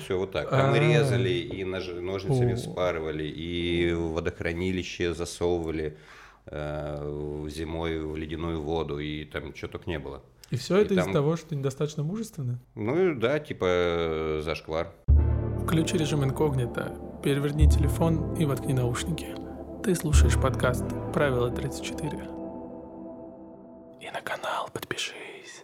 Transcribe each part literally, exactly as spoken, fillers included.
все вот так. Там и резали, и нож- ножницами вспарывали, и в водохранилище засовывали э, зимой в ледяную воду, и там что только не было. И все это из-за того, что недостаточно мужественно? Ну да, типа зашквар. Включи режим инкогнито, переверни телефон и воткни наушники. Ты слушаешь подкаст «Правило тридцать четыре». И на канал подпишись.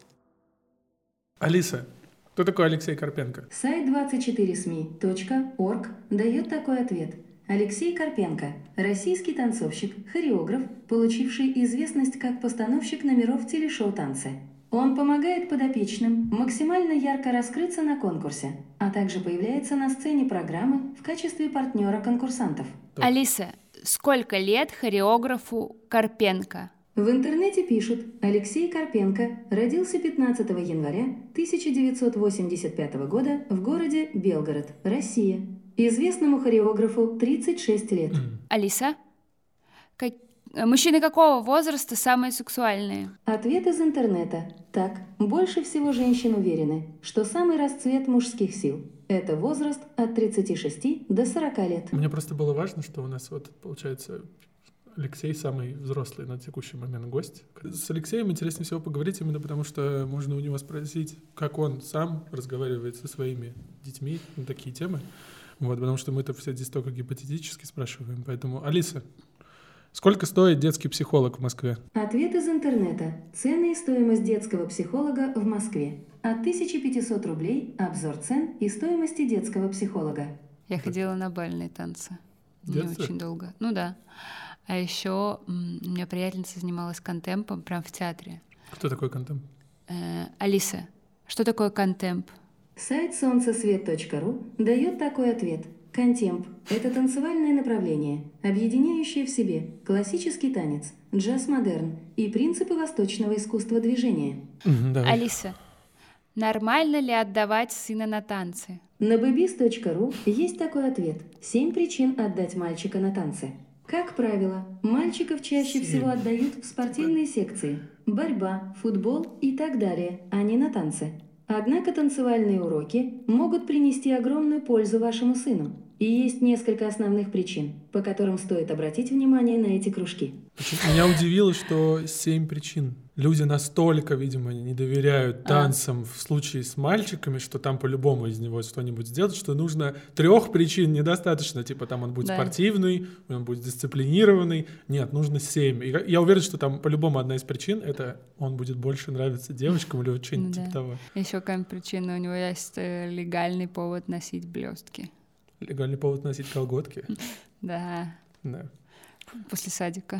Алиса, кто такой Алексей Карпенко? Сайт двадцать четыре эс эм и точка орг дает такой ответ. Алексей Карпенко – российский танцовщик, хореограф, получивший известность как постановщик номеров телешоу «Танцы». Он помогает подопечным максимально ярко раскрыться на конкурсе, а также появляется на сцене программы в качестве партнера конкурсантов. Алиса, сколько лет хореографу Карпенко? В интернете пишут: Алексей Карпенко родился пятнадцатого января тысяча девятьсот восемьдесят пятого года в городе Белгород, Россия. Известному хореографу тридцать шесть лет. Алиса, как... мужчины какого возраста самые сексуальные? Ответ из интернета. Так, больше всего женщин уверены, что самый расцвет мужских сил – это возраст от тридцати шести до сорока лет. Мне просто было важно, что у нас вот получается Алексей самый взрослый на текущий момент гость. С Алексеем интереснее всего поговорить именно потому, что можно у него спросить, как он сам разговаривает со своими детьми на такие темы. Вот, потому что мы-то все здесь только гипотетически спрашиваем. Поэтому, Алиса, сколько стоит детский психолог в Москве? Ответ из интернета. Цены и стоимость детского психолога в Москве. От тысячи пятисот рублей обзор цен и стоимости детского психолога. Я ходила на бальные танцы. Не очень долго. Ну да. А еще у меня приятельница занималась контемпом прямо в театре. Кто такой контемп? Э, Алиса, что такое контемп? Сайт солнцесвет точка ру дает такой ответ. Контемп – это танцевальное направление, объединяющее в себе классический танец, джаз-модерн и принципы восточного искусства движения. Давай. Алиса, нормально ли отдавать сына на танцы? На бэбис точка ру есть такой ответ. Семь причин отдать мальчика на танцы. Как правило, мальчиков чаще всего отдают в спортивные секции – борьба, футбол и так далее, а не на танцы. Однако танцевальные уроки могут принести огромную пользу вашему сыну. И есть несколько основных причин, по которым стоит обратить внимание на эти кружки. Меня удивило, что семь причин. Люди настолько, видимо, не доверяют танцам а. в случае с мальчиками, что там по-любому из него что-нибудь сделать, что нужно трех причин недостаточно. Типа там он будет да. спортивный, он будет дисциплинированный. Нет, нужно семь. И я уверен, что там по-любому одна из причин — это он будет больше нравиться девочкам или что-нибудь ну, типа да. того. Еще какая-нибудь причина, у него есть легальный повод носить блестки. Легальный повод носить колготки? Да. Да. После садика.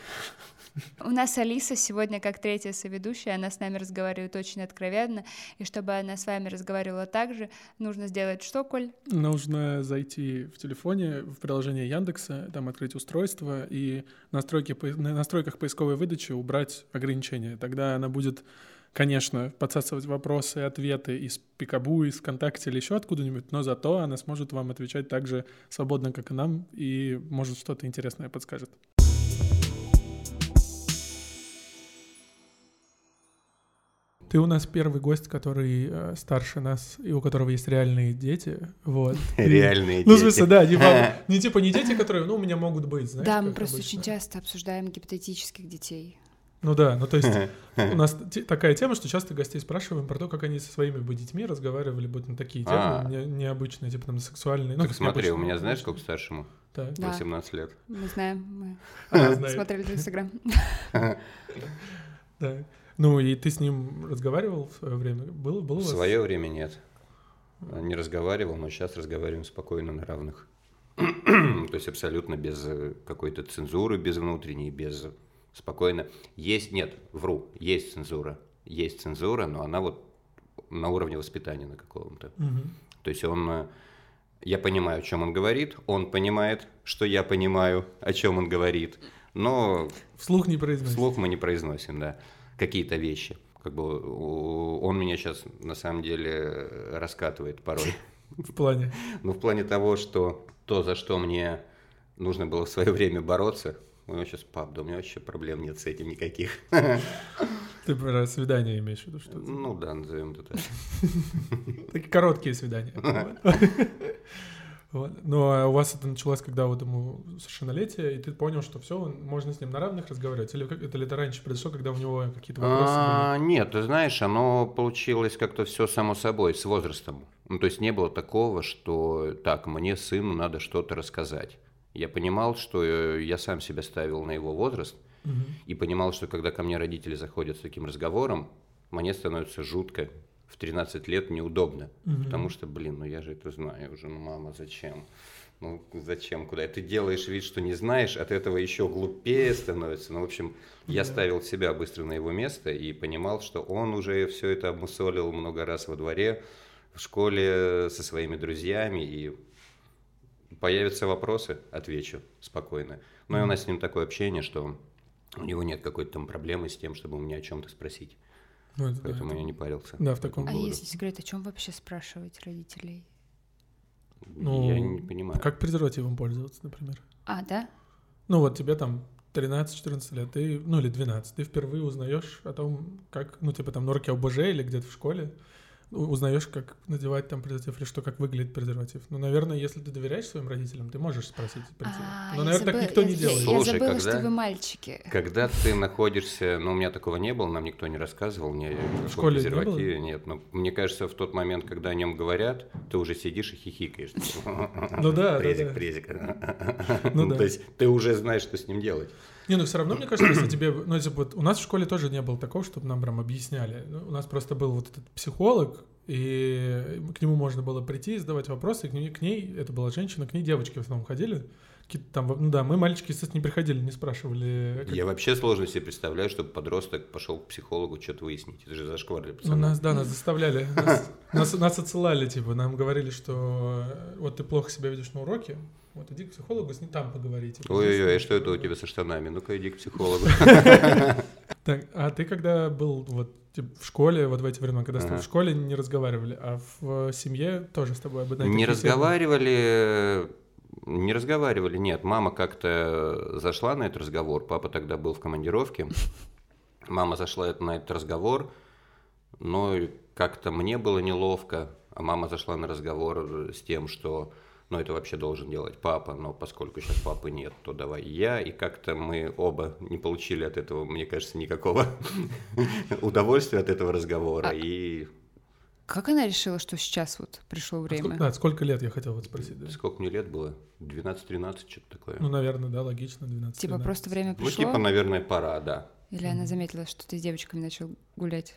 У нас Алиса сегодня как третья соведущая, она с нами разговаривает очень откровенно, и чтобы она с вами разговаривала так же, нужно сделать что, Коль? Нужно зайти в телефоне, в приложение Яндекса, там открыть устройство и настройки, на настройках поисковой выдачи убрать ограничения. Тогда она будет, конечно, подсасывать вопросы и ответы из Пикабу, из ВКонтакте или еще откуда-нибудь, но зато она сможет вам отвечать так же свободно, как и нам, и, может, что-то интересное подскажет. Ты у нас первый гость, который э, старше нас, и у которого есть реальные дети. Вот. Реальные дети. Ну, в смысле, да, не, не типа не дети, которые, ну, у меня могут быть, знаешь. Да, мы просто обычно. Очень часто обсуждаем гипотетических детей. Ну да, ну то есть у нас т- такая тема, что часто гостей спрашиваем про то, как они со своими бы детьми разговаривали бы на такие темы, а. не, необычные, типа там сексуальные. Так ну, смотри, у меня знаешь, сколько старшему? Так. Да. восемнадцать лет. Мы знаем, мы а, смотрели в Инстаграм. Да. Ну и ты с ним разговаривал в свое время? Было, было в вас? свое время нет. Не разговаривал, но сейчас разговариваем спокойно на равных. То есть абсолютно без какой-то цензуры, без внутренней, без... Спокойно. Есть, нет, вру, есть цензура. Есть цензура, но она вот на уровне воспитания на каком-то. Угу. То есть он... Я понимаю, о чем он говорит, он понимает, что я понимаю, о чем он говорит, но... Вслух не произносим. Вслух мы не произносим, да, какие-то вещи. Как бы он меня сейчас, на самом деле, раскатывает порой. В плане? Ну, в плане того, что то, за что мне нужно было в свое время бороться... У него сейчас, пап, да у меня вообще проблем нет с этим никаких. Ты про свидание имеешь в виду что-то? Ну да, назовем это так. Такие короткие свидания. Вот. Ну, а у вас это началось, когда вот ему совершеннолетие, и ты понял, что все, можно с ним на равных разговаривать? Или как это ли это раньше произошло, когда у него какие-то вопросы А, были? Нет, ты знаешь, оно получилось как-то все само собой, с возрастом. Ну, то есть не было такого, что так, мне, сыну, надо что-то рассказать. Я понимал, что я сам себя ставил на его возраст, Мгм. и понимал, что когда ко мне родители заходят с таким разговором, мне становится жутко. В тринадцать лет неудобно, Мгм. потому что, блин, ну я же это знаю уже, ну мама, зачем? Ну зачем, куда? Ты делаешь вид, что не знаешь, от этого еще глупее становится. Ну, в общем, я Да. ставил себя быстро на его место и понимал, что он уже все это обмусолил много раз во дворе, в школе, со своими друзьями, и появятся вопросы, отвечу спокойно. Ну и у нас с ним такое общение, что у него нет какой-то там проблемы с тем, чтобы у меня о чем-то спросить. Ну, это да, Поэтому это- я не парился. Да, в по этому таком- А поводу. если секрет, о чем вообще спрашивать родителей? Ну, Я не понимаю. Как презервативом пользоваться, например? А, да? Ну вот тебе там тринадцать-четырнадцать лет, ты, ну или двенадцать, ты впервые узнаешь о том, как, ну типа там на уроке ОБЖ или где-то в школе, у- узнаешь, как надевать там презерватив или что, как выглядит презерватив. Ну, наверное, если ты доверяешь своим родителям, ты можешь спросить про тебя. А, Но, я наверное, так забыла- никто я- не я- делает. Я Слушай, забыла, когда- что вы мальчики. Когда ты находишься, ну, у меня такого не было, нам никто не рассказывал, мне о школе не презервативе нет. Но мне кажется, в тот момент, когда о нем говорят, ты уже сидишь и хихикаешь. Ну да, да, презик, да. презик. Ну Ну, да. то есть ты уже знаешь, что с ним делать. Не, ну все равно, мне кажется, если тебе... Ну, если бы вот у нас в школе тоже не было такого, чтобы нам прям объясняли. Ну, у нас просто был вот этот психолог, и к нему можно было прийти, задавать вопросы, и к ней, к ней, это была женщина, к ней девочки в основном ходили. Какие-то там, ну да, мы, мальчики, естественно, не приходили, не спрашивали. как- Я вообще сложно себе представляю, чтобы подросток пошел к психологу что-то выяснить. Это же зашквар для Ну, пацана. нас, да, нас заставляли, нас, нас, нас отсылали, типа, нам говорили, что э, вот ты плохо себя ведешь на уроке, вот иди к психологу, с ним там поговори. типа, Ой-ой-ой, здесь- а что это у тебя со штанами? Ну-ка иди к психологу. Так, а ты когда был вот типа, в школе, вот в эти времена, когда с тобой Ага. в школе не разговаривали, а в э, семье тоже с тобой об одной Не такие темы? разговаривали, не разговаривали, нет. Мама как-то зашла на этот разговор, папа тогда был в командировке. Мама зашла на этот разговор, но как-то мне было неловко, а мама зашла на разговор с тем, что ну, это вообще должен делать папа, но поскольку сейчас папы нет, то давай я. И как-то мы оба не получили от этого, мне кажется, никакого удовольствия от этого разговора. А- И Как она решила, что сейчас вот пришло А сколько, время? да, сколько лет, я хотел вот спросить, да? сколько мне лет было? двенадцать-тринадцать, что-то такое. Ну, наверное, да, логично, двенадцать. Типа просто время Ну, пришло? типа, наверное, пора, да. Или она заметила, что ты с девочками начал гулять?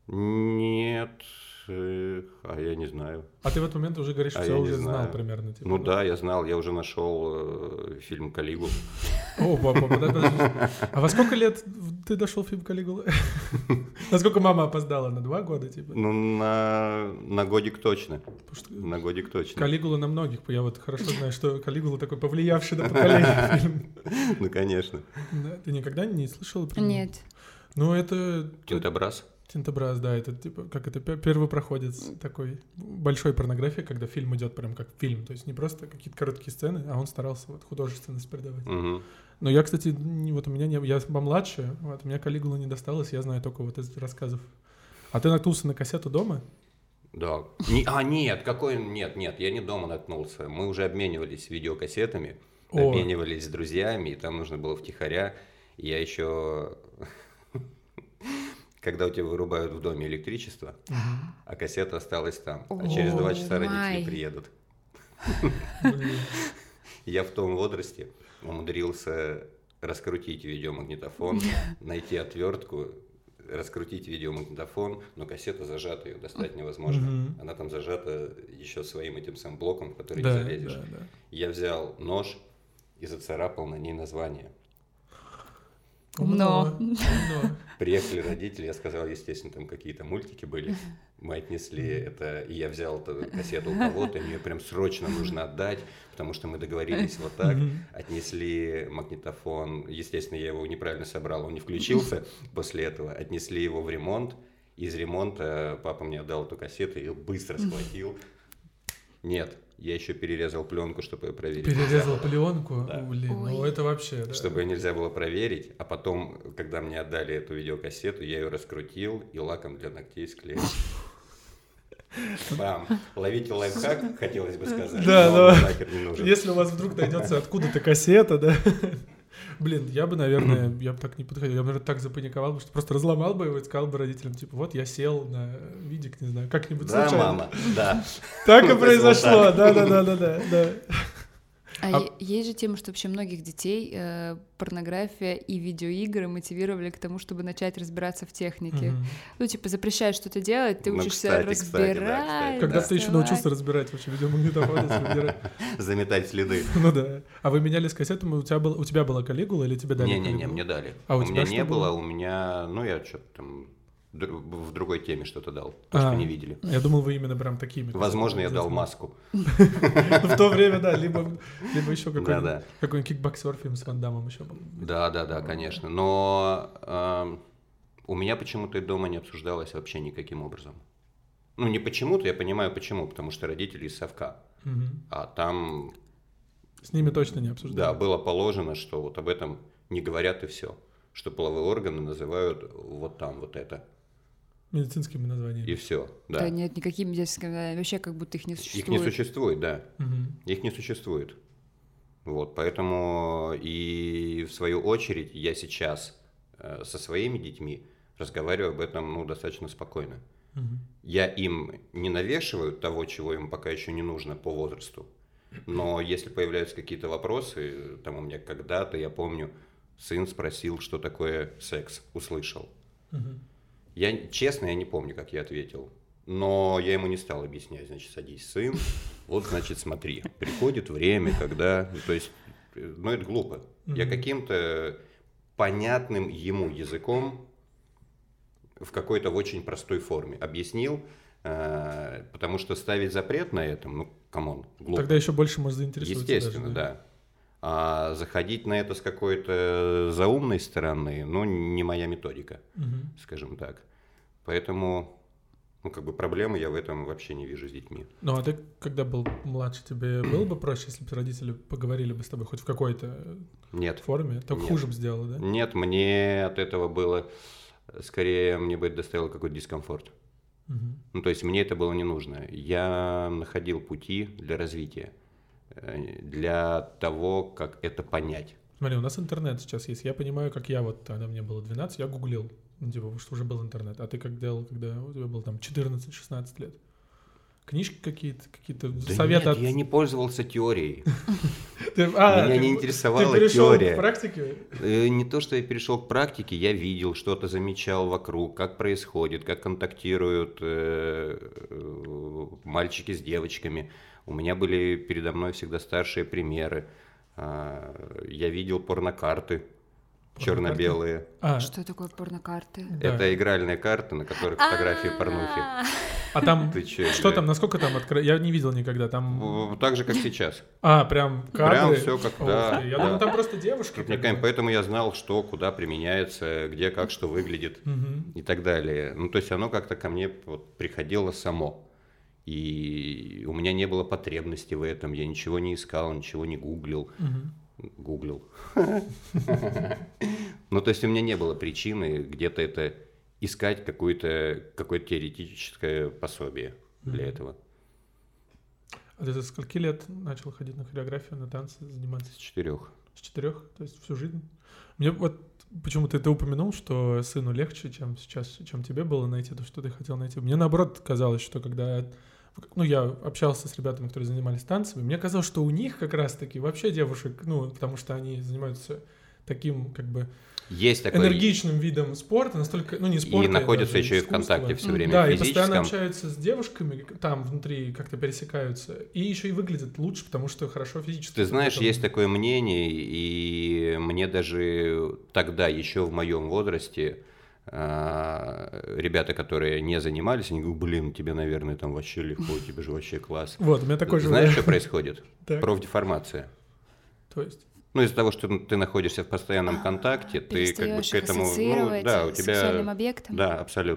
Нет, э, а я не знаю. А ты в этот момент уже говоришь, А все я не уже знал знаю. примерно. Типа, Ну да, я знал, я уже нашел э, фильм «Калигулу». О, папа, подожди, подожди. А во сколько лет ты дошел в фильм «Калигула»? Насколько мама опоздала? На два года, типа? Ну, на, на годик точно. Потому что На годик точно. «Калигула» на многих, я вот хорошо знаю, что «Калигула» такой повлиявший на поколение фильм. Ну, конечно. Да, ты никогда не слышала про него? Нет. Ну, это... Тинтобраз. Тинтобраз, да, это типа, как это, пе- первый проходец такой большой порнографии, когда фильм идет прям как фильм, то есть не просто какие-то короткие сцены, а он старался вот художественность передавать. Мгм. Но я, кстати, не- вот у меня не... Я помладше, вот, у меня «Калигула» не досталось, я знаю только вот из рассказов. А ты наткнулся на кассету дома? Да. Не- а, нет, какой... Нет, нет, я не дома наткнулся. Мы уже обменивались видеокассетами, О. обменивались с друзьями, и там нужно было втихаря. И я еще... Когда у тебя вырубают в доме электричество, а кассета осталась там, а через два часа О, родители май. приедут. Блин. Я в том возрасте умудрился раскрутить видеомагнитофон, найти отвертку, раскрутить видеомагнитофон, но кассета зажата, ее достать невозможно. Мгм. Она там зажата еще своим этим самым блоком, в который Да, не залезешь. да, да. Я взял нож и зацарапал на ней название. Умно. Умно. Приехали родители, я сказал, естественно, там какие-то мультики были. Мы отнесли это, и я взял эту кассету у кого-то, мне прям срочно нужно отдать, потому что мы договорились вот так. Мгм. Отнесли магнитофон, естественно, я его неправильно собрал, он не включился после этого. Отнесли его в ремонт, из ремонта папа мне отдал эту кассету и быстро схватил. Нет, я еще перерезал пленку, чтобы ее проверить. Перерезал пленку? Да. Блин, ну Ой. это вообще... Да. Чтобы ее нельзя было проверить, а потом, когда мне отдали эту видеокассету, я ее раскрутил и лаком для ногтей склеил. Бам! Ловите лайфхак, хотелось бы сказать, Да, но да. он нахер не нужен. Если у вас вдруг найдется откуда-то кассета, да? Блин, я бы, наверное, я бы так не подходил. Я бы, наверное, так запаниковал, потому что просто разломал бы его и сказал бы родителям, типа, вот я сел на видик, не знаю, как-нибудь Да, случайно. мама, да. Так и Вот произошло, так. да-да-да-да-да. А, А- е- есть же тема, что вообще многих детей э, порнография и видеоигры мотивировали к тому, чтобы начать разбираться в технике. Мгм. Ну, типа, запрещаешь что-то делать, ты Ну, учишься кстати, кстати, да, разбирать. кстати, Когда да. ты еще научился разбирать вообще видеомагнитофон, если разбирать. Заметать следы. Ну да. А вы меняли с кассетами, у тебя, был, у тебя была калигула или тебе дали Не-не-не, калигулу? мне дали. А у у тебя меня что не было, было? у меня, ну, я что-то там др- в другой теме что-то дал, А, то, что не видели. Я думал, вы именно прям такими. Возможно, я дал кассетами. маску. Ну, в то время, да, либо, либо еще какой-нибудь, Да-да. какой-нибудь кикбоксер-фильм с Ван Даммом еще был. Да, да, да, конечно. Но эм, у меня почему-то это дома не обсуждалось вообще никаким образом. Ну, не почему-то, я понимаю почему, потому что родители из совка. Мгм. А там, С ними точно не да, обсуждали. было положено, что вот об этом не говорят и все. Что половые органы называют вот там, вот это. Медицинскими названиями. И все, Да. да. нет, никакими детскими, да, вообще как будто их не Их существует. не существует, да. Мгм. Их не существует. Вот, поэтому и в свою очередь я сейчас э, со своими детьми разговариваю об этом, ну, достаточно спокойно. Мгм. Я им не навешиваю того, чего им пока еще не нужно по возрасту. Но если появляются какие-то вопросы, там у меня когда-то, я помню, сын спросил, что такое секс, услышал. Мгм. Я, честно, я не помню, как я ответил. Но я ему не стал объяснять, значит, садись, сын, вот, значит, смотри, приходит время, когда, то есть, э, ну, это глупо. Я Мгм. каким-то понятным ему языком в какой-то в очень простой форме объяснил, э, потому что ставить запрет на этом, ну, камон, глупо. Тогда еще больше может заинтересоваться. Естественно, даже, да. А заходить на это с какой-то заумной стороны, ну, не моя методика, Мгм. скажем так. Поэтому, ну, как бы проблемы я в этом вообще не вижу с детьми. Ну, а ты, когда был младше, тебе было бы проще, если бы родители поговорили бы с тобой хоть в какой-то Нет. форме? Только Нет. хуже бы сделало, да? Нет, мне от этого было, скорее, мне бы это доставило какой-то дискомфорт. Мгм. Ну, то есть мне это было не нужно. Я находил пути для развития, э, для того, как это понять. Смотри, у нас интернет сейчас есть. Я понимаю, как я вот, когда мне было двенадцать, я гуглил, ну, типа, что уже был интернет. А ты как делал, когда у тебя было там четырнадцать-шестнадцать лет? Книжки какие-то, какие-то Да советы нет, от... я не пользовался теорией. Ты- а, Меня ты- не интересовала Ты перешел теория. к практике? Э, Не то, что я перешел к практике, я видел, что-то замечал вокруг, как происходит, как контактируют э, э, мальчики с девочками. У меня были передо мной всегда старшие примеры. А, Я видел порнокарты черно-белые. А, Что такое порнокарты? да. Это игральные карты, на которых фотографии порнухи. А там, Ты чё, что бля? там, насколько там открыто? Я не видел никогда, там... В- Так же, как сейчас. А, прям кадры? Прям всё как- Ух да, ты, Я да. думал, там просто девушки. как Крупниками. бы. Поэтому я знал, что, куда применяется, где, как, что выглядит. Мгм. И так далее. Ну, то есть оно как-то ко мне вот приходило само. И у меня не было потребности в этом. Я ничего не искал, ничего не гуглил. Мгм. Гуглил. Ну, то есть у меня не было причины где-то это искать какое-то какое-то теоретическое пособие для этого. А ты со скольки лет начал ходить на хореографию, на танцы, заниматься? С четырех. С четырех? То есть всю жизнь? Мне вот почему-то ты упомянул, что сыну легче, чем сейчас, чем тебе было найти то, что ты хотел найти. Мне наоборот казалось, что когда... Ну, я общался с ребятами, которые занимались танцами, мне казалось, что у них как раз-таки вообще девушек, ну, потому что они занимаются таким, как бы, Есть такой... энергичным видом спорта, настолько, ну, не спорта. И находятся даже еще и в искусства. контакте все время Да, и физическом. постоянно общаются с девушками, там внутри как-то пересекаются, и еще и выглядят лучше, потому что хорошо физически. Ты знаешь, подготовлены. есть такое мнение, и мне даже тогда, еще в моем возрасте, а, ребята, которые не занимались, они говорят, блин, тебе, наверное, там вообще легко, тебе же вообще класс. Вот, у меня такой же... Знаешь, что происходит? Так. Профдеформация. То есть... Ну, из-за того, что ты находишься в постоянном контакте, ты как бы Перестаёшь к их этому... Ну, ассоциировать да, у с тебя... сексуальным объектом? Да, абсолютно.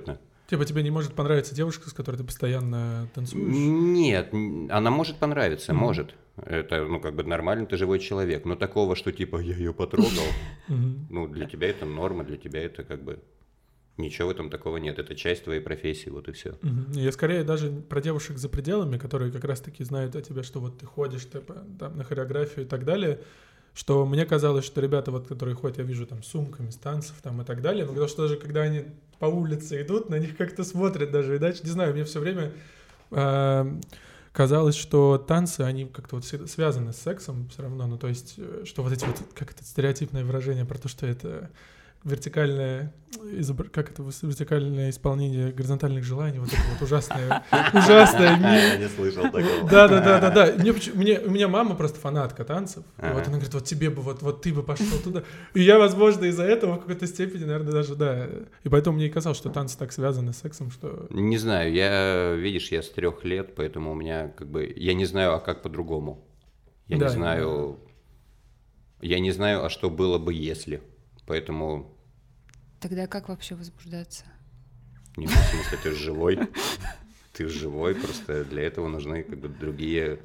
Типа тебе не может понравиться девушка, с которой ты постоянно танцуешь? Нет, она может понравиться, Mm. может. Это, ну, как бы нормально, ты живой человек. Но такого, что типа я ее потрогал, ну, для тебя это норма, для тебя это как бы ничего в этом такого нет. Это часть твоей профессии, вот и все. Я скорее даже про девушек за пределами, которые как раз-таки знают о тебе, что вот ты ходишь типа, там, на хореографию и так далее, что мне казалось, что ребята, вот, которые ходят, я вижу там с сумками, с танцев там и так далее, но потому что даже когда они по улице идут, на них как-то смотрят даже, иначе, не знаю, мне все время э, казалось, что танцы, они как-то вот связаны с сексом все равно, ну то есть, что вот эти вот, как это стереотипное выражение про то, что это вертикальное, как это, вертикальное исполнение горизонтальных желаний, вот это вот ужасное, ужасное. Я не слышал такого. Да, да, да, да, да. Мне, мне, у меня мама просто фанатка танцев. Ага. Вот она говорит, вот тебе бы, вот, вот ты бы пошел туда. И я, возможно, из-за этого в какой-то степени, наверное, даже, да. И поэтому мне и казалось, что танцы так связаны с сексом, что... Не знаю, я, видишь, я с трех лет, поэтому у меня как бы, я не знаю, а как по-другому. Я да, не знаю, да. я не знаю, а что было бы, если. Поэтому... Тогда как вообще возбуждаться? Не, в смысле, ты живой. Ты живой, просто для этого нужны как бы другие,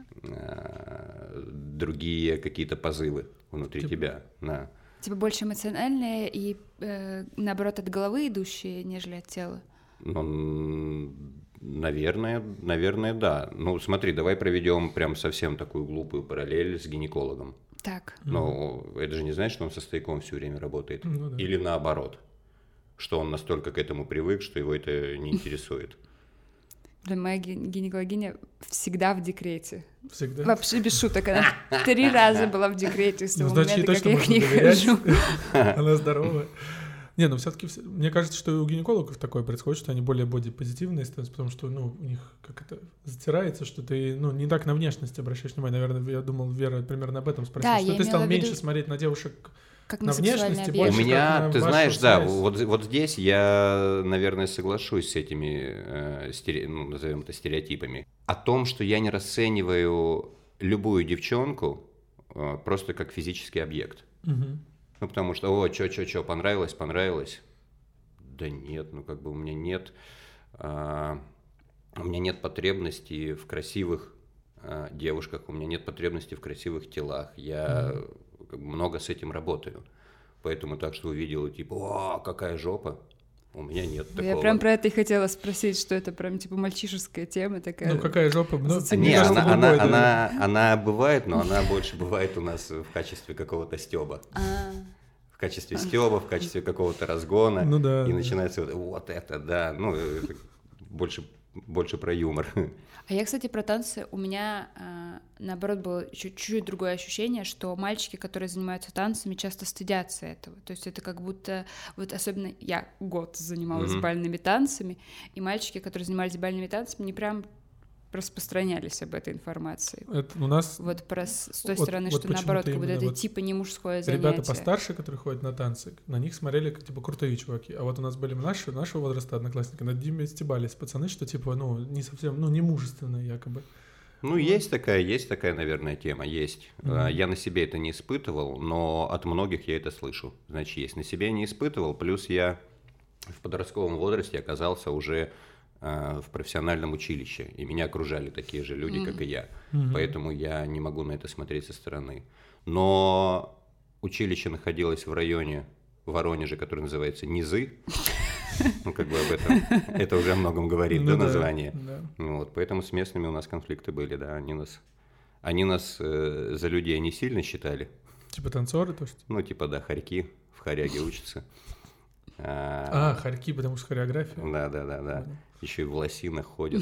э, другие какие-то позывы внутри типа... тебя. Да. Типа больше эмоциональные и, э, наоборот, от головы идущие, нежели от тела? Ну, наверное, наверное, да. Ну, смотри, давай проведем прям совсем такую глупую параллель с гинекологом. Так. Но mm-hmm. это же не значит, что он со стояком все время работает. Ну, да. Или наоборот, что он настолько к этому привык, что его это не интересует. Да, моя гинекологиня всегда в декрете. Всегда? Вообще без шуток. Она три раза была в декрете с того момента, как я к ней хожу. Она здоровая. Не, ну все-таки, мне кажется, что и у гинекологов такое происходит, что они более бодипозитивные становятся, потому что, ну, у них как это затирается, что ты, ну, не так на внешность обращаешь внимание. Наверное, я думал, Вера примерно об этом спросила, да, что ты стал виду... меньше смотреть на девушек как на, на внешность, больше у меня, как ты на знаешь, да, связь. вот, вот здесь я, наверное, соглашусь с этими, э, стере... ну, назовем это стереотипами. О том, что я не расцениваю любую девчонку э, просто как физический объект. Угу. Ну, потому что, о, чё-чё-чё, понравилось, понравилось. Да нет, ну, как бы у меня нет, а, у меня нет потребности в красивых а, девушках, у меня нет потребности в красивых телах. Я mm-hmm. как бы, много с этим работаю. Поэтому так, что увидела, типа, о, какая жопа, у меня нет такого. Я прям про это и хотела спросить, что это прям, типа, мальчишеская тема такая. Ну, какая жопа? Ну, не, она, она, она, она, она бывает, но она больше бывает у нас в качестве какого-то стёба. В качестве стёба, в качестве какого-то разгона. Ну, да, и да. начинается вот, вот это, да. Ну, это больше, больше про юмор. А я, кстати, про танцы, у меня, э, наоборот, было чуть-чуть другое ощущение, что мальчики, которые занимаются танцами, часто стыдятся этого. То есть это как будто, вот особенно я год занималась mm-hmm. бальными танцами, и мальчики, которые занимались бальными танцами, не прям распространялись об этой информации. Это у нас... Вот про, с той вот, стороны, вот что наоборот, как будто это вот типа не мужское занятие. Ребята постарше, которые ходят на танцы, на них смотрели как типа крутые чуваки. А вот у нас были наши, нашего возраста одноклассники, над ними стебались пацаны, что типа, ну, не совсем, ну, не мужественные якобы. Ну, есть такая, есть такая, наверное, тема, есть. Mm-hmm. Я на себе это не испытывал, но от многих я это слышу. Значит, есть. На себе не испытывал, плюс я в подростковом возрасте оказался уже в профессиональном училище, и меня окружали такие же люди, mm-hmm. как и я. Mm-hmm. Поэтому я не могу на это смотреть со стороны. Но училище находилось в районе Воронежа, который называется Низы. Ну, как бы об этом. Это уже о многом говорит, да, название. Вот, поэтому с местными у нас конфликты были, да. Они нас, они нас за людей не сильно считали. Типа танцоры, то что? Ну, типа, да, хорьки, в хоряге учатся. А, а хорьки, потому что хореография. Да, да, да, да. Еще и в лосинах ходят.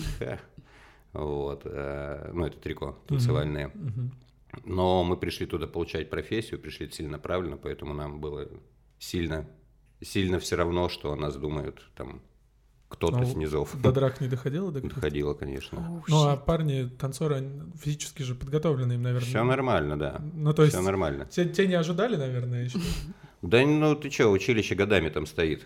Вот. Ну, это трико танцевальное. Но мы пришли туда получать профессию, пришли целенаправленно, поэтому нам было сильно, сильно все равно, что о нас думают там кто-то а снизов. До драк не доходило? До доходило, конечно. Oh, ну, а парни, танцоры, они физически же подготовлены им, наверное. Все нормально, да. Ну, то есть, все нормально. Те, те не ожидали, наверное, еще? Да ну ты что, училище годами там стоит.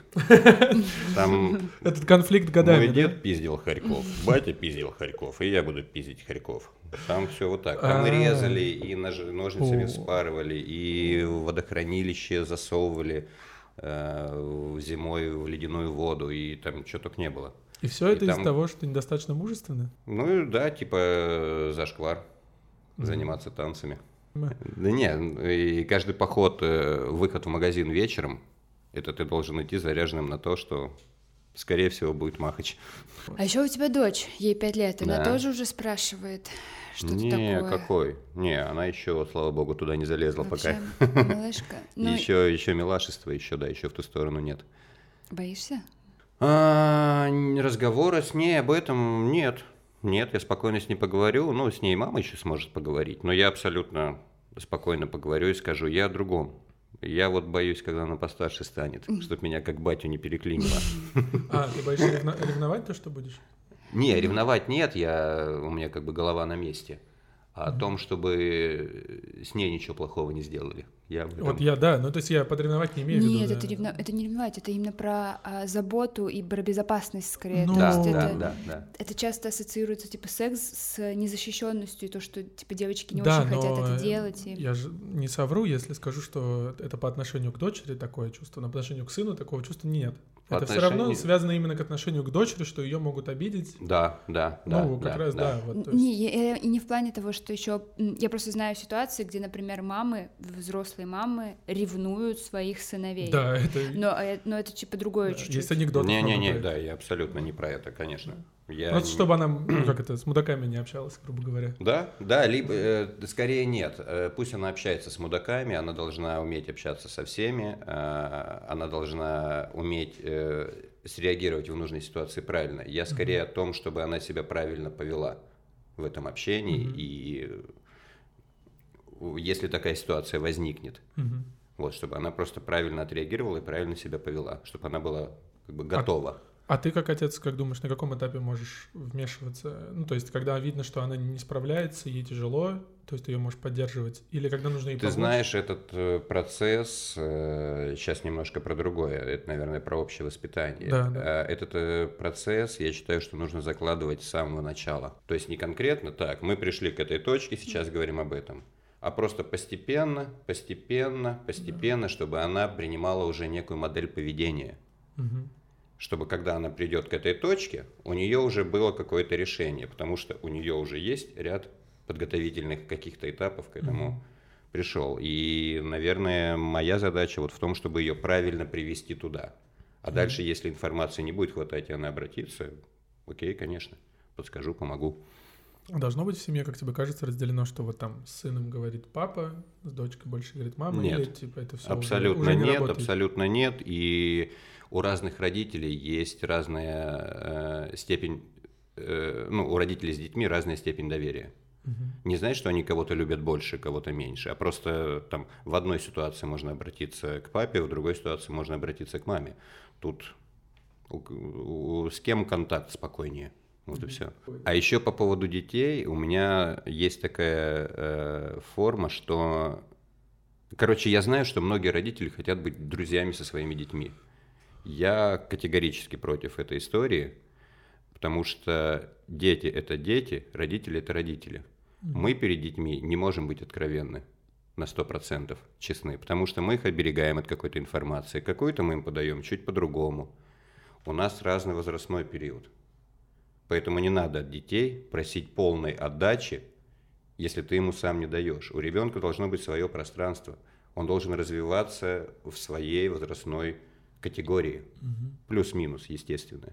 Там этот конфликт годами. Мой дед пиздил хорьков, батя пиздил хорьков, и я буду пиздить хорьков. Там все вот так. Там резали, и ножницами вспарывали, и в водохранилище засовывали э, зимой в ледяную воду, и там чего только не было. И все И это там- из-за того, что недостаточно мужественны? Ну да, типа э, зашквар, заниматься танцами. М. Да не, и каждый поход, э, выход в магазин вечером, это ты должен идти заряженным на то, что, скорее всего, будет махач. А еще у тебя дочь, ей пять лет, она Да. тоже уже спрашивает что-то не, такое. какой? Не, она еще, слава богу, туда не залезла Вообще, пока. малышка. Ну, Еще, еще милашество, еще, да, еще в ту сторону нет. боишься? А, н- разговора с ней об этом нет. Нет, я спокойно с ней поговорю. Ну, с ней мама еще сможет поговорить, но я абсолютно спокойно поговорю и скажу, я о другом. Я вот боюсь, когда она постарше станет, чтобы меня как батю не переклинило. А, ты боишься ревно- ревновать то, что будешь? Не, ревновать нет, я, у меня как бы голова на месте. А о том, чтобы с ней ничего плохого не сделали. Я об этом- Вот я, да, ну то есть я подревновать не имею в виду. Нет, да. это, ревно... это не ревновать, это именно про а, заботу и про безопасность скорее. Ну, То Да, есть да, это, да, да. это часто ассоциируется типа секс с незащищенностью, и то, что типа девочки не Да, очень хотят но это делать. И... Я же не совру, если скажу, что это по отношению к дочери такое чувство, но по отношению к сыну такого чувства нет. По это все равно отношению- связано именно к отношению к дочери, что ее могут обидеть. Да, да, да. Ну, как да, раз, да. вот, то есть- Не, я- я- и не в плане того, что еще я просто знаю ситуации, где, например, мамы, взрослые мамы ревнуют своих сыновей. Да, это... Но, э, но это типа другое да, чуть-чуть. есть анекдот. Не-не-не, да, я абсолютно не про это, конечно. Я Просто не- чтобы она, ну, как это, с мудаками не общалась, грубо говоря. Да, да, либо э, скорее нет. Э, Пусть она общается с мудаками, она должна уметь общаться со всеми, э, она должна уметь э, среагировать в нужной ситуации правильно. Я скорее о том, чтобы она себя правильно повела в этом общении, Мгм. и э, если такая ситуация возникнет, Мгм. вот, чтобы она просто правильно отреагировала и правильно себя повела, чтобы она была как бы готова. А ты как отец, как думаешь, на каком этапе можешь вмешиваться? Ну, то есть, когда видно, что она не справляется, ей тяжело, то есть ты ее можешь поддерживать, или когда нужно ей Ты помочь? знаешь, этот э, процесс, э, сейчас немножко про другое, это, наверное, про общее воспитание. Да, да. Э, Этот э, процесс, я считаю, что нужно закладывать с самого начала. То есть не конкретно так, мы пришли к этой точке, сейчас говорим об этом, а просто постепенно, постепенно, постепенно, чтобы она принимала уже некую модель поведения. Мгм. Чтобы когда она придет к этой точке, у нее уже было какое-то решение, потому что у нее уже есть ряд подготовительных каких-то этапов к этому Мгм. пришел. И, наверное, моя задача вот в том, чтобы ее правильно привести туда. А дальше, если информации не будет хватать, и она обратится, окей, конечно, подскажу, помогу. Должно быть в семье, как тебе кажется, разделено, что вот там с сыном говорит папа, с дочкой больше говорит мама, Нет. или типа это все Абсолютно уже, уже не нет, работает? абсолютно нет. И у разных родителей есть разная э, степень, э, ну, у родителей с детьми разная степень доверия. Мгм. Не значит, что они кого-то любят больше, кого-то меньше, а просто там в одной ситуации можно обратиться к папе, в другой ситуации можно обратиться к маме. Тут у- у- с кем контакт спокойнее. Вот и все. А еще по поводу детей, у меня есть такая э, форма, что... Короче, я знаю, что многие родители хотят быть друзьями со своими детьми. Я категорически против этой истории, потому что дети – это дети, родители – это родители. Мы перед детьми не можем быть откровенны на сто процентов честны, потому что мы их оберегаем от какой-то информации. Какую-то мы им подаем чуть по-другому. У нас разный возрастной период. Поэтому не надо от детей просить полной отдачи, если ты ему сам не даешь. У ребенка должно быть свое пространство. Он должен развиваться в своей возрастной категории. Мгм. Плюс-минус, естественно.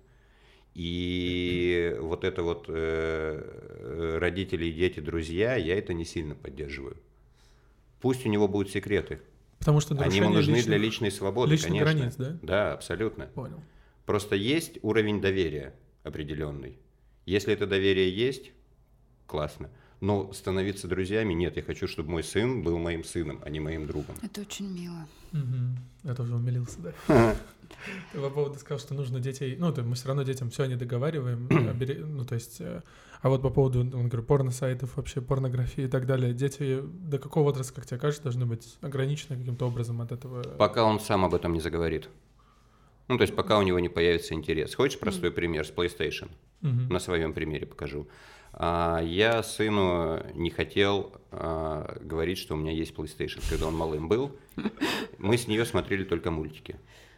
И вот это вот э, родители и дети, друзья, я это не сильно поддерживаю. Пусть у него будут секреты. Потому что Они ему нарушение нужны личных- для личной свободы, личных конечно. границ, да? Да, абсолютно. Понял. Просто есть уровень доверия определенный. Если это доверие есть, классно. Но становиться друзьями нет. Я хочу, чтобы мой сын был моим сыном, а не моим другом. Это очень мило. Мгм. Я тоже умилился, да. Ты по поводу сказал, что нужно детей... Ну, то мы все равно детям все не договариваем. обере- Ну, то есть... э, А вот по поводу, он говорю, порно-сайтов, вообще порнографии и так далее. Дети до какого возраста, как тебе кажется, должны быть ограничены каким-то образом от этого? Пока он сам об этом не заговорит. Ну, то есть пока у него не появится интерес. Хочешь простой пример с PlayStation? Мгм. На своем примере покажу. А, Я сыну не хотел а, говорит, что у меня есть PlayStation. Когда он малым был, мы с нее смотрели только мультики.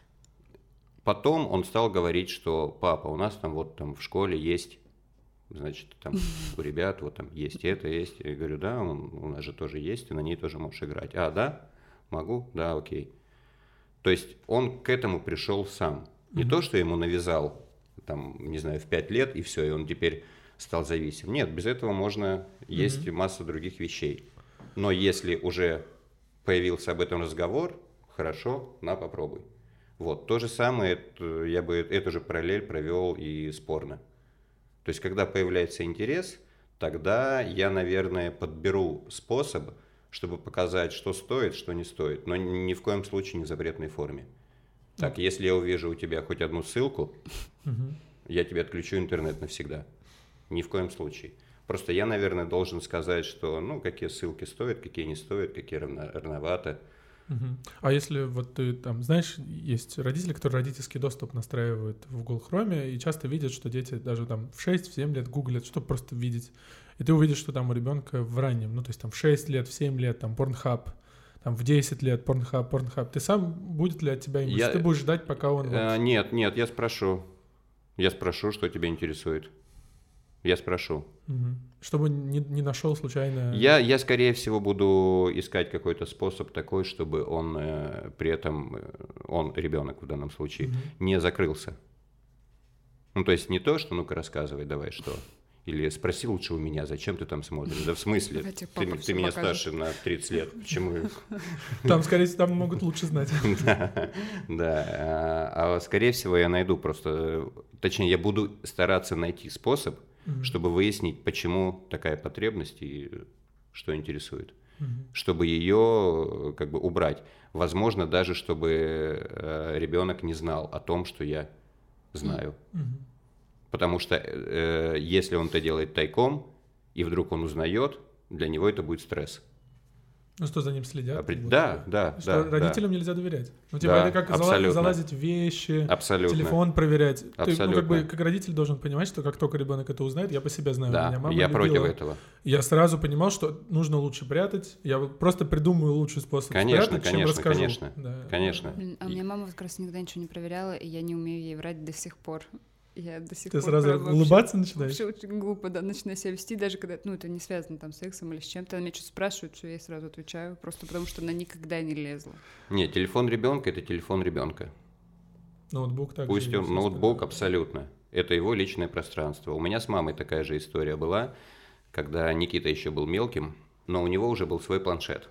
Потом он стал говорить, что папа, у нас там вот там в школе есть, значит, там у ребят вот там есть это, есть. Я говорю, да, он, у нас же тоже есть, и на ней тоже можешь играть. А, да? Могу? Да, окей. То есть он к этому пришел сам. Не mm-hmm. то, что ему навязал, там, не знаю, в пять лет, и все, и он теперь стал зависим. Нет, без этого можно, есть mm-hmm. масса других вещей. Но если уже появился об этом разговор, хорошо, на, попробуй. Вот, то же самое, я бы эту же параллель провел и с порно. То есть, когда появляется интерес, тогда я, наверное, подберу способ, чтобы показать, что стоит, что не стоит, но ни в коем случае не в запретной форме. Так, если я увижу у тебя хоть одну ссылку, угу. я тебе отключу интернет навсегда. Ни в коем случае. Просто я, наверное, должен сказать, что, ну, какие ссылки стоят, какие не стоят, какие равно, равновато. Угу. А если вот ты там, знаешь, есть родители, которые родительский доступ настраивают в Google Chrome и часто видят, что дети даже там в шесть-семь лет гуглят, чтобы просто видеть. И ты увидишь, что там у ребенка в раннем, ну, то есть там в шесть лет, в семь лет, там Pornhub, там в десять лет Pornhub, Pornhub. Ты сам, будет ли от тебя импульс? Я... Ты будешь ждать, пока он... А, вот... Нет, нет, я спрошу. Я спрошу, что тебя интересует. Я спрошу. Угу. Чтобы не, не нашел случайно... Я, я, скорее всего, буду искать какой-то способ такой, чтобы он э, при этом, э, он, ребенок в данном случае, угу. не закрылся. Ну, то есть не то, что ну-ка рассказывай, давай, что... Или спроси лучше у меня, зачем ты там смотришь? Да в смысле? Ты, ты меня старше на тридцать лет. Почему? Там, скорее всего, там могут лучше знать. Да, да. А скорее всего, я найду просто... Точнее, я буду стараться найти способ, чтобы выяснить, почему такая потребность и что интересует. Чтобы ее как бы убрать. Возможно, даже чтобы ребенок не знал о том, что я знаю. Потому что э, если он это делает тайком, и вдруг он узнает, для него это будет стресс. Ну что, за ним следят? А, при... Да, да, что да. Родителям да. нельзя доверять. Ну, типа, да, это как абсолютно. залазить в вещи, абсолютно. телефон проверять. Абсолютно. Ты, ну, как бы, как родитель должен понимать, что как только ребенок это узнает, я по себе знаю, да, меня мама я любила. против этого. Я сразу понимал, что нужно лучше прятать. Я вот просто придумаю лучший способ конечно, спрятать, конечно, чем расскажу. Конечно, да. конечно. А у меня мама как раз никогда ничего не проверяла, и я не умею ей врать до сих пор. Я до сих Ты пор сразу вообще, улыбаться начинаешь? Вообще очень глупо, да, начинаю себя вести, даже когда, ну, это не связано там с сексом или с чем-то. Она меня что-то спрашивает, что я сразу отвечаю, просто потому что она никогда не лезла. Нет, телефон ребенка — это телефон ребенка. Ноутбук также. Пусть он, ноутбук абсолютно. Это его личное пространство. У меня с мамой такая же история была, когда Никита еще был мелким, но у него уже был свой планшет.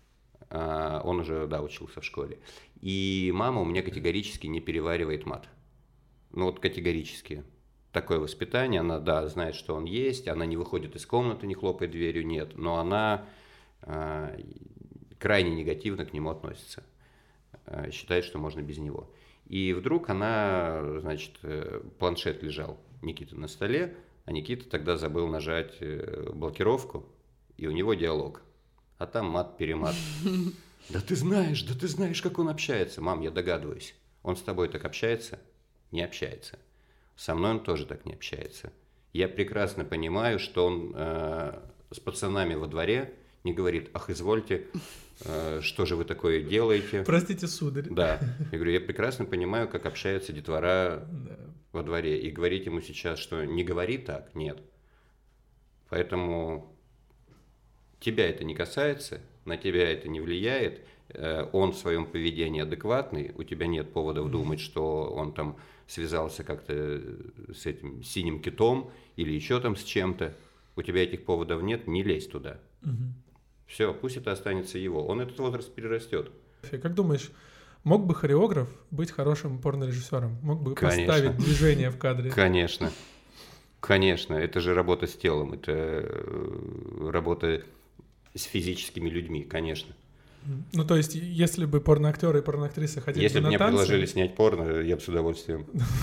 Он уже, да, учился в школе. И мама у меня категорически не переваривает мат. Ну вот категорически. Такое воспитание, она, да, знает, что он есть, она не выходит из комнаты, не хлопает дверью, нет, но она э, крайне негативно к нему относится, э, считает, что можно без него. И вдруг она, значит, э, планшет лежал Никиты на столе, а Никита тогда забыл нажать э, блокировку, и у него диалог, а там мат-перемат. Да ты знаешь, да ты знаешь, как он общается. Мам, я догадываюсь, он с тобой так общается? Не общается. Со мной он тоже так не общается. Я прекрасно понимаю, что он э, с пацанами во дворе не говорит: ах, извольте, э, что же вы такое делаете? Простите, сударь. Да. Я говорю, я прекрасно понимаю, как общается детвора да. во дворе. И говорить ему сейчас, что не говори так, нет. Поэтому тебя это не касается, на тебя это не влияет. Э, он в своем поведении адекватный, у тебя нет поводов думать, что он там связался как-то с этим синим китом или еще там с чем-то, у тебя этих поводов нет, не лезь туда. Угу. Все, пусть это останется его, он этот возраст перерастет. Как думаешь, мог бы хореограф быть хорошим порнорежиссером? Мог бы Конечно. поставить движение в кадре? Конечно, конечно, это же работа с телом, это работа с физическими людьми, конечно. Ну, то есть, если бы порноактеры и порноактрисы хотели Если бы бы на мне танцы... предложили снять порно, я бы с удовольствием.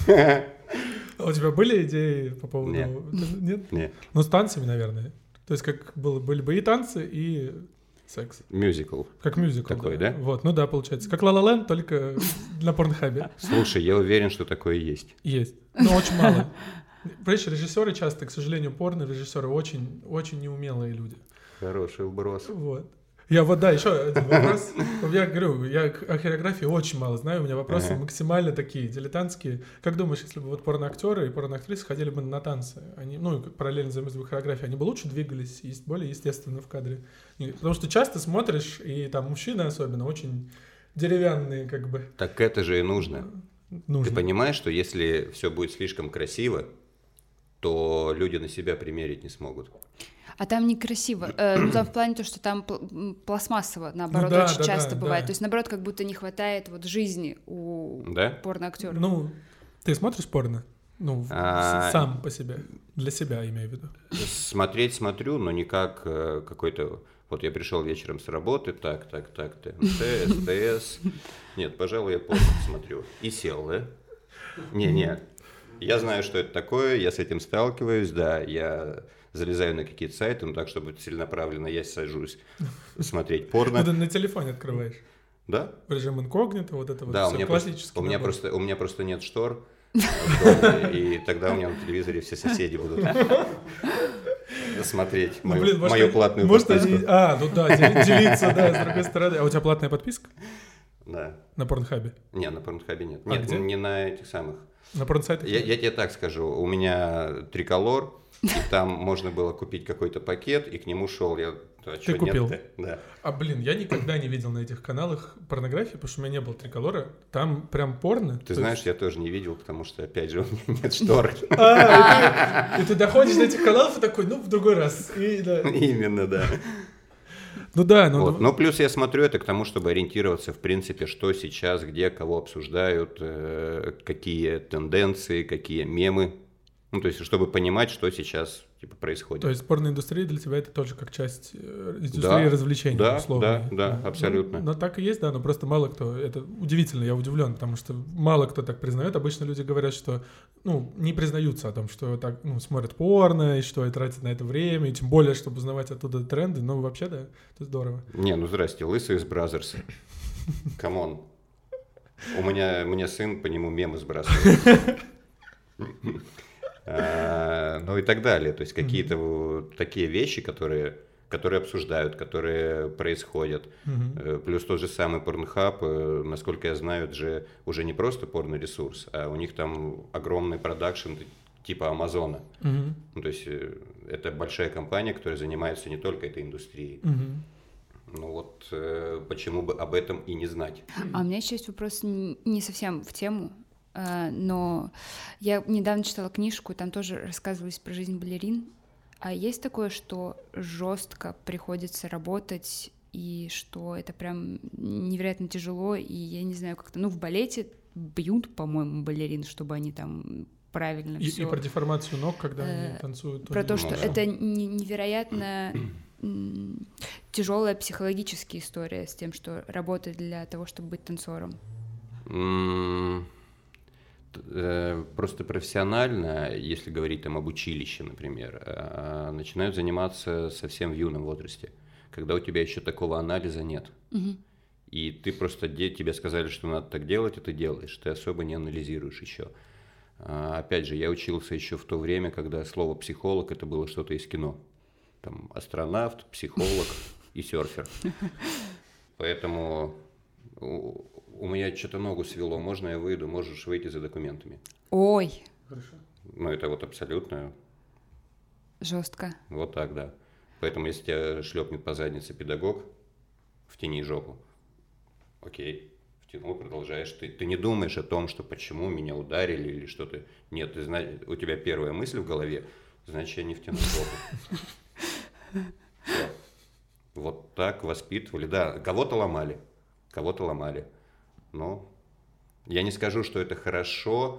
У тебя были идеи по поводу... Нет. Нет? Нет. Ну, с танцами, наверное. То есть, как было, были бы и танцы, и секс. Мюзикл. Как мюзикл. Такой, да? да? Вот, ну да, получается. Как Ла Ла Ленд, только на Порнхабе. Слушай, я уверен, что такое есть. Есть. Но очень мало. Понимаешь, режиссеры часто, к сожалению, порно-режиссеры очень, очень неумелые люди. Хороший вброс. Вот. Я вот, да, еще один вопрос. Я говорю, я о хореографии очень мало знаю, у меня вопросы ага. максимально такие дилетантские. Как думаешь, если бы вот порноактеры и порноактрисы ходили бы на танцы, они, ну, параллельно занимались бы хореографией, они бы лучше двигались, есть более естественно в кадре? Потому что часто смотришь, и там мужчины особенно очень деревянные, как бы. Так это же и нужно. нужно. Ты понимаешь, что если все будет слишком красиво, то люди на себя примерить не смогут. А там некрасиво. Э, ну, там в плане то, что там пластмассово, наоборот, ну, да, очень да, часто да, бывает. Да. То есть, наоборот, как будто не хватает вот жизни у да? порноактеров. Ну, ты смотришь порно? Ну, а... сам по себе. Для себя, имею в виду. Смотреть смотрю, но не как э, какой-то... Вот я пришел вечером с работы, так, так, так, ТНТ, СТС. Нет, пожалуй, я порно смотрю. И сел, да? Не-не. Я знаю, что это такое, я с этим сталкиваюсь, да, я... залезаю на какие-то сайты, ну так, чтобы целенаправленно я сажусь смотреть порно. Ты на телефоне открываешь? Да. В режим инкогнито, вот это вот да, все у меня классически. Просто, у, меня просто, у меня просто нет штор, и тогда у меня на телевизоре все соседи будут смотреть мою платную подписку. А, ну да, делиться, да, с другой стороны. А у тебя платная подписка? Да. На Порнхабе? Нет, на Порнхабе нет. Нет, не на этих самых. На порнсайтах? Я тебе так скажу, у меня триколор. И там можно было купить какой-то пакет, и к нему шел я. А Ты купил? Да. А блин, я никогда не видел на этих каналах порнографии, потому что у меня не было триколора. Там прям порно. Ты знаешь, есть... я тоже не видел, потому что, опять же, у меня нет штор. А, и ты доходишь до этих каналов и такой, ну, в другой раз. Именно, да. Ну да, ну... Вот. Ну, плюс я смотрю это к тому, чтобы ориентироваться, в принципе, что сейчас, где, кого обсуждают, какие тенденции, какие мемы. Ну, то есть, чтобы понимать, что сейчас типа происходит. То есть, порноиндустрия для тебя это тоже как часть индустрии да, развлечений, да, условно. Да, да, абсолютно. Ну, но так и есть, да, но просто мало кто... Это удивительно, я удивлен, потому что мало кто так признает. Обычно люди говорят, что, ну, не признаются о том, что так, ну, смотрят порно, и что и тратят на это время, и тем более, чтобы узнавать оттуда тренды. Но вообще, да, это здорово. Не, ну, здрасте, лысый из Бразерс. Камон. У меня, мне сын по нему мемы сбрасывает. А, ну и так далее. То есть какие-то mm-hmm. такие вещи, которые, которые обсуждают, которые происходят. Mm-hmm. Плюс тот же самый Pornhub, насколько я знаю, это же уже не просто порно-ресурс, а у них там огромный продакшн типа Амазона. Mm-hmm. Ну, то есть это большая компания, которая занимается не только этой индустрией. Mm-hmm. Ну вот почему бы об этом и не знать. А у меня еще есть вопрос не совсем в тему. Но я недавно читала книжку, там тоже рассказывалось про жизнь балерин. А есть такое, что жестко приходится работать, и что это прям невероятно тяжело, и я не знаю, как-то... Ну, в балете бьют, по-моему, балерин, чтобы они там правильно и, все... И про деформацию ног, когда они танцуют. Про то, что это невероятно тяжелая психологическая история с тем, что работать для того, чтобы быть танцором. Просто профессионально, если говорить там об училище, например, начинают заниматься совсем в юном возрасте, когда у тебя еще такого анализа нет. Угу. И ты просто, тебе сказали, что надо так делать, и ты делаешь, ты особо не анализируешь еще. Опять же, я учился еще в то время, когда слово «психолог» это было что-то из кино. Там астронавт, психолог и серфер. Поэтому... У меня что-то ногу свело, можно я выйду, можешь выйти за документами. Ой. Хорошо. Ну, это вот абсолютно... Жестко. Вот так, да. Поэтому, если тебя шлепнет по заднице педагог, втяни жопу. Окей, втянул, продолжаешь. Ты, ты не думаешь о том, что почему меня ударили или что-то. Нет, ты знаешь, у тебя первая мысль в голове, значит, я не втяну жопу. Все. Вот так воспитывали. Да, кого-то ломали, кого-то ломали. Но я не скажу, что это хорошо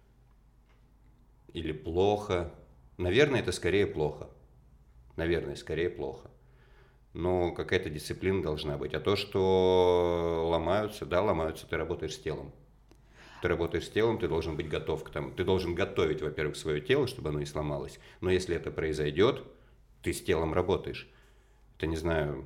или плохо. Наверное, это скорее плохо. Наверное, скорее плохо. Но какая-то дисциплина должна быть. А то, что ломаются, да, ломаются, ты работаешь с телом. Ты работаешь с телом, ты должен быть готов к тому. Ты должен готовить, во-первых, свое тело, чтобы оно не сломалось. Но если это произойдет, ты с телом работаешь. Это, не знаю...